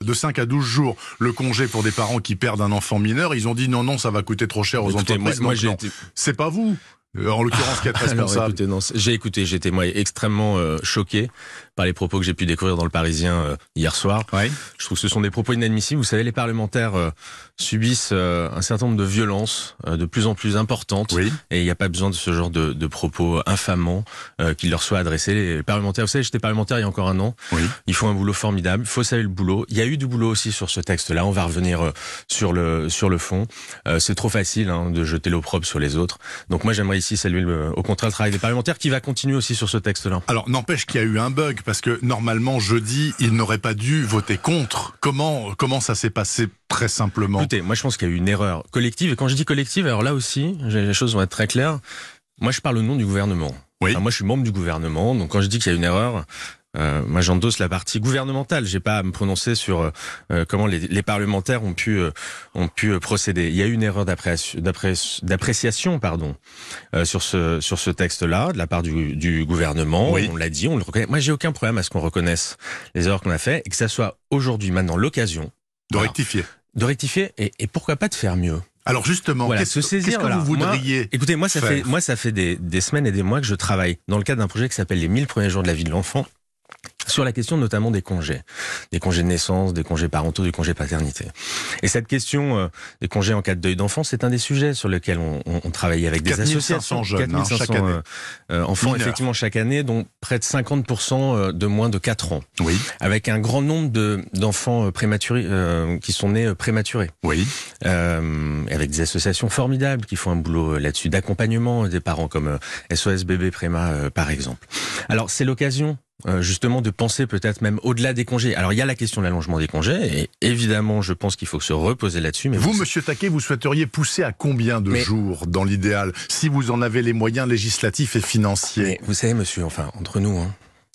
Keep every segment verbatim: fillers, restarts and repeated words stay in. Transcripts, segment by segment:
De cinq à douze jours, le congé pour des parents qui perdent un enfant mineur, ils ont dit non, non, ça va coûter trop cher aux Écoutez, entreprises. moi, moi, Donc, j'ai non. été... C'est pas vous, en l'occurrence, qui êtes responsable. Alors, écoutez, non, j'ai écouté, j'étais moi extrêmement euh, choqué par les propos que j'ai pu découvrir dans le Parisien euh, hier soir. Oui. Je trouve que ce sont des propos inadmissibles. Vous savez, les parlementaires euh, subissent euh, un certain nombre de violences euh, de plus en plus importantes. Oui. Et il n'y a pas besoin de ce genre de, de propos infamants euh, qui leur soient adressés. Les parlementaires, vous savez, j'étais parlementaire il y a encore un an. Oui. Ils font un boulot formidable. Il faut saluer le boulot. Il y a eu du boulot aussi sur ce texte-là. On va revenir euh, sur le sur le fond. Euh, c'est trop facile hein, de jeter l'opprobre sur les autres. Donc moi, j'aimerais ici saluer le, au contraire le travail des parlementaires qui va continuer aussi sur ce texte-là. Alors, n'empêche qu'il y a eu un bug, parce que normalement, jeudi, ils n'auraient pas dû voter contre. Comment, comment ça s'est passé très simplement? Écoutez, moi je pense qu'il y a eu une erreur collective. Et quand je dis collective, alors là aussi, les choses vont être très claires. Moi, je parle au nom du gouvernement. Oui. Enfin, moi, je suis membre du gouvernement. Donc quand je dis qu'il y a une erreur... Euh, moi, j'endosse la partie gouvernementale. J'ai pas à me prononcer sur euh, comment les, les parlementaires ont pu euh, ont pu procéder. Il y a eu une erreur d'appréciation, pardon, euh, sur ce sur ce texte-là de la part du, du gouvernement. Oui. On l'a dit, on le reconnaît. Moi, j'ai aucun problème à ce qu'on reconnaisse les erreurs qu'on a fait et que ça soit aujourd'hui, maintenant, l'occasion De voilà, rectifier. de rectifier et, et pourquoi pas de faire mieux. Alors justement, Voilà, qu'est-ce se saisir, qu'est-ce que voilà. vous voudriez moi, Écoutez, moi ça faire fait moi ça fait des, des semaines et des mois que je travaille dans le cadre d'un projet qui s'appelle les mille premiers jours de la vie de l'enfant, sur la question notamment des congés, des congés de naissance, des congés parentaux, des congés paternité. Et cette question euh, des congés en cas de deuil d'enfant, c'est un des sujets sur lesquels on, on, on travaille avec des associations. jeunes, quatre mille cinq cents hein, chaque année. euh, euh, enfants, Mineurs. effectivement, chaque année, dont près de cinquante pour cent de moins de quatre ans. Oui. Avec un grand nombre de d'enfants euh, prématurés, euh, qui sont nés euh, prématurés. Oui. Euh, avec des associations formidables qui font un boulot là-dessus, d'accompagnement des parents comme euh, S O S Bébé Préma, euh, par exemple. Alors, c'est l'occasion Euh, justement de penser peut-être même au-delà des congés. Alors il y a la question de l'allongement des congés et évidemment je pense qu'il faut se reposer là-dessus. Mais vous, vous, Monsieur Taquet, vous souhaiteriez pousser à combien de mais... jours dans l'idéal, si vous en avez les moyens législatifs et financiers? Mais vous savez, monsieur, enfin entre nous, hein,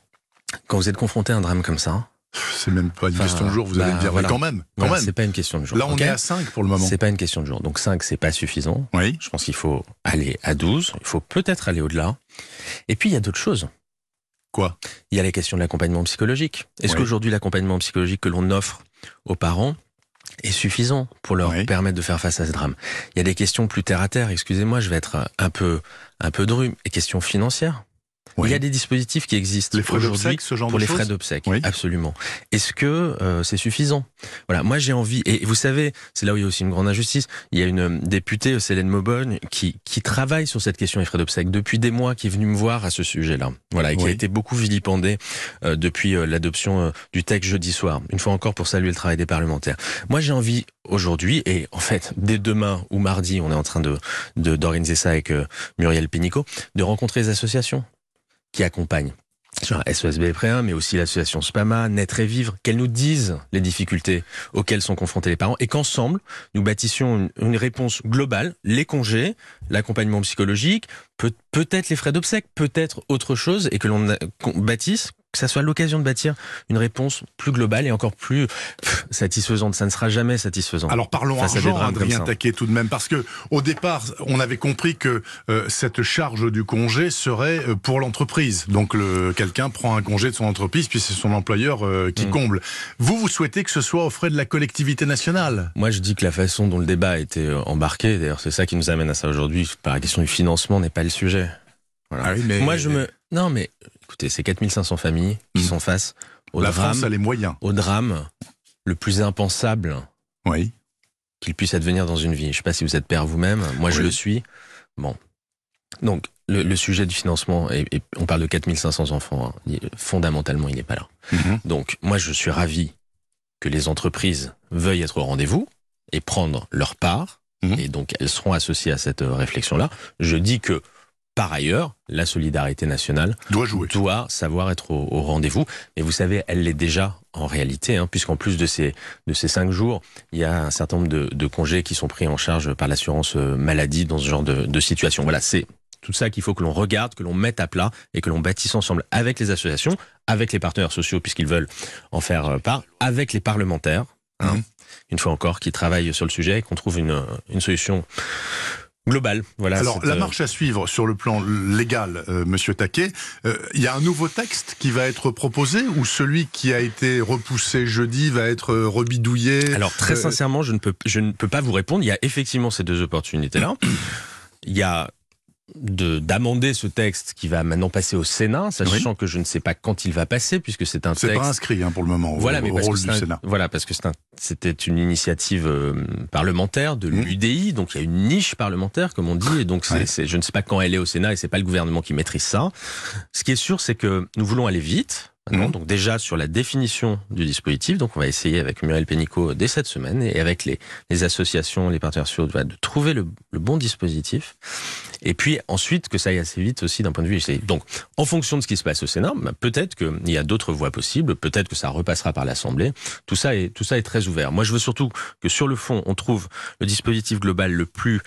quand vous êtes confronté à un drame comme ça, c'est même pas une enfin, question de jour, vous bah, allez me dire, voilà. mais quand même, quand voilà, même. c'est pas une question de jour. Là, on okay est à cinq pour le moment. C'est pas une question de jour. Donc cinq, c'est pas suffisant. Oui. Je pense qu'il faut aller à douze. Il faut peut-être aller au-delà. Et puis il y a d'autres choses. Quoi? Il y a la question de l'accompagnement psychologique. Est-ce oui. qu'aujourd'hui, l'accompagnement psychologique que l'on offre aux parents est suffisant pour leur oui. permettre de faire face à ce drame? Il y a des questions plus terre à terre. Excusez-moi, je vais être un peu, un peu dru. Les questions financières. Oui. Il y a des dispositifs qui existent. Les frais d'obsèques, ce genre pour de les choses. frais d'obsèques, oui. absolument. Est-ce que euh, c'est suffisant? Voilà, moi j'ai envie, et vous savez, c'est là où il y a aussi une grande injustice. Il y a une députée, Célène Maubogne, qui qui travaille sur cette question des frais d'obsèques depuis des mois, qui est venue me voir à ce sujet-là. Voilà, et qui oui. a été beaucoup vilipendée euh, depuis euh, l'adoption euh, du texte jeudi soir. Une fois encore pour saluer le travail des parlementaires. Moi j'ai envie aujourd'hui, et en fait dès demain ou mardi, on est en train de de d'organiser ça avec euh, Muriel Pénicaud, de rencontrer les associations qui accompagnent genre S O S B Préma, mais aussi l'association Spama, Naître et Vivre, qu'elles nous disent les difficultés auxquelles sont confrontés les parents et qu'ensemble, nous bâtissions une, une réponse globale, les congés, l'accompagnement psychologique, peut, peut-être les frais d'obsèques, peut-être autre chose, et que l'on qu'on bâtisse, que ça soit l'occasion de bâtir une réponse plus globale et encore plus pff, satisfaisante. Ça ne sera jamais satisfaisant. Alors parlons argent, Adrien Taquet, tout de même, parce que au départ, on avait compris que euh, cette charge du congé serait euh, pour l'entreprise. Donc le, quelqu'un prend un congé de son entreprise, puis c'est son employeur euh, qui mmh. comble. Vous, vous souhaitez que ce soit aux frais de la collectivité nationale? Moi, je dis que la façon dont le débat a été embarqué, d'ailleurs, c'est ça qui nous amène à ça aujourd'hui, par la question du financement n'est pas le sujet. Voilà. Ah oui, mais... Moi, je me... Non, mais écoutez, c'est quatre mille cinq cents familles qui mmh. sont face au la drame, France a les moyens. au drame le plus impensable oui. qu'il puisse advenir dans une vie. Je ne sais pas si vous êtes père vous-même, moi oui. je le suis. Bon, donc le, le sujet du financement, et, et on parle de quatre mille cinq cents enfants, hein, il, fondamentalement il n'est pas là. Mmh. Donc moi je suis ravi que les entreprises veuillent être au rendez-vous et prendre leur part, mmh. et donc elles seront associées à cette réflexion-là. Je dis que par ailleurs, la solidarité nationale doit jouer, doit savoir être au, au rendez-vous. Mais vous savez, elle l'est déjà en réalité, hein, puisqu'en plus de ces de ces cinq jours, il y a un certain nombre de, de congés qui sont pris en charge par l'assurance maladie dans ce genre de, de situation. Voilà, c'est tout ça qu'il faut que l'on regarde, que l'on mette à plat et que l'on bâtisse ensemble avec les associations, avec les partenaires sociaux puisqu'ils veulent en faire part, avec les parlementaires, hein, mmh. une fois encore, qui travaillent sur le sujet et qu'on trouve une une solution global. Voilà. Alors, cette, la marche à suivre sur le plan légal, euh, Monsieur Taquet, il euh, y a un nouveau texte qui va être proposé ou celui qui a été repoussé jeudi va être rebidouillé? Alors, très euh... sincèrement, je ne peux, je ne peux pas vous répondre. Il y a effectivement ces deux opportunités-là. Il y a de d'amender ce texte qui va maintenant passer au Sénat, sachant oui. que je ne sais pas quand il va passer, puisque c'est un c'est texte... C'est pas inscrit hein, pour le moment, voilà, au, mais au parce rôle que du un... Sénat. Voilà, parce que c'est un... c'était une initiative euh, parlementaire de l'U D I, mmh. donc il y a une niche parlementaire, comme on dit, et donc c'est, ouais. c'est... je ne sais pas quand elle est au Sénat, et c'est pas le gouvernement qui maîtrise ça. Ce qui est sûr, c'est que nous voulons aller vite. Mmh. Donc déjà sur la définition du dispositif, donc on va essayer avec Muriel Pénicaud dès cette semaine et avec les, les associations, les partenaires sociaux, de trouver le, le bon dispositif. Et puis ensuite que ça aille assez vite aussi d'un point de vue législatif. Donc en fonction de ce qui se passe au Sénat, bah, peut-être qu'il y a d'autres voies possibles, peut-être que ça repassera par l'Assemblée. Tout ça est tout ça est très ouvert. Moi je veux surtout que sur le fond on trouve le dispositif global le plus...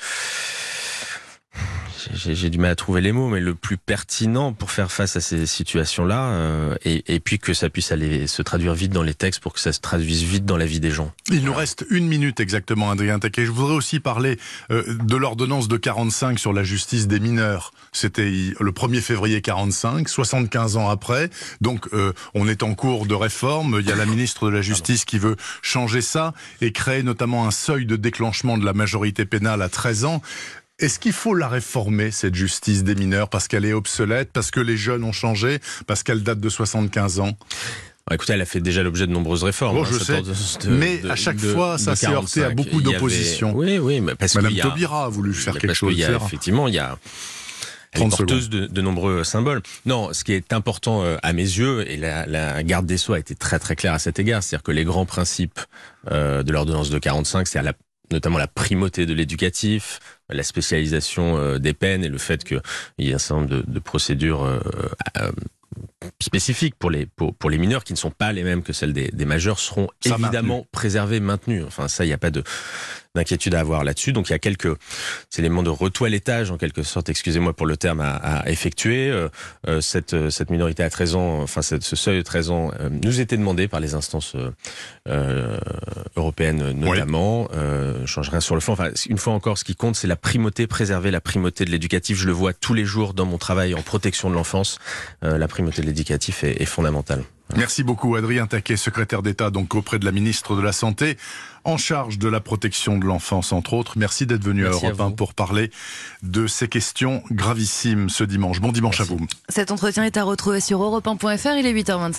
J'ai, j'ai du mal à trouver les mots, mais le plus pertinent pour faire face à ces situations-là, euh, et, et puis que ça puisse aller se traduire vite dans les textes pour que ça se traduise vite dans la vie des gens. Il nous reste une minute exactement, Adrien Taquet. Je voudrais aussi parler euh, de l'ordonnance de quarante-cinq sur la justice des mineurs. C'était le premier février quarante-cinq, soixante-quinze ans après. Donc euh, on est en cours de réforme. Il y a la ministre de la Justice qui veut changer ça et créer notamment un seuil de déclenchement de la majorité pénale à treize ans. Est-ce qu'il faut la réformer, cette justice des mineurs, parce qu'elle est obsolète, parce que les jeunes ont changé, parce qu'elle date de soixante-quinze ans? Bon, écoutez, elle a fait déjà l'objet de nombreuses réformes. Bon, je hein, sais, de, mais de, à chaque de, fois, ça s'est heurté à beaucoup d'opposition. Oui, oui, mais parce Madame qu'il y a... Taubira a voulu faire quelque parce chose. Il y a, effectivement, il y a... Elle est porteuse de, de nombreux symboles. Non, ce qui est important euh, à mes yeux, et la, la garde des Sceaux a été très très claire à cet égard, c'est-à-dire que les grands principes euh, de l'ordonnance de quarante-cinq, c'est à la notamment la primauté de l'éducatif, la spécialisation euh, des peines et le fait qu'il y ait un certain nombre de, de procédures euh, euh, spécifiques pour les pour, pour les mineurs qui ne sont pas les mêmes que celles des, des majeurs seront ça évidemment maintenu. préservées, maintenues. Enfin ça, il n'y a pas de d'inquiétude à avoir là-dessus. Donc il y a quelques éléments de retoilettage en quelque sorte, excusez-moi pour le terme, à, à effectuer. Euh, euh, cette, cette minorité à treize ans, enfin cette, ce seuil de treize ans euh, nous était demandé par les instances euh, euh, européennes notamment. Oui. Euh, je change rien sur le fond. Enfin, une fois encore, ce qui compte, c'est la primauté, préserver la primauté de l'éducatif. Je le vois tous les jours dans mon travail en protection de l'enfance. Euh, la primauté de l'éducatif est, est fondamentale. Merci beaucoup Adrien Taquet, secrétaire d'État donc auprès de la ministre de la Santé, en charge de la protection de l'enfance entre autres. Merci d'être venu Merci à Europe un pour parler de ces questions gravissimes ce dimanche. Bon dimanche Merci. à vous. Cet entretien est à retrouver sur europe un point f r, il est huit heures vingt-cinq.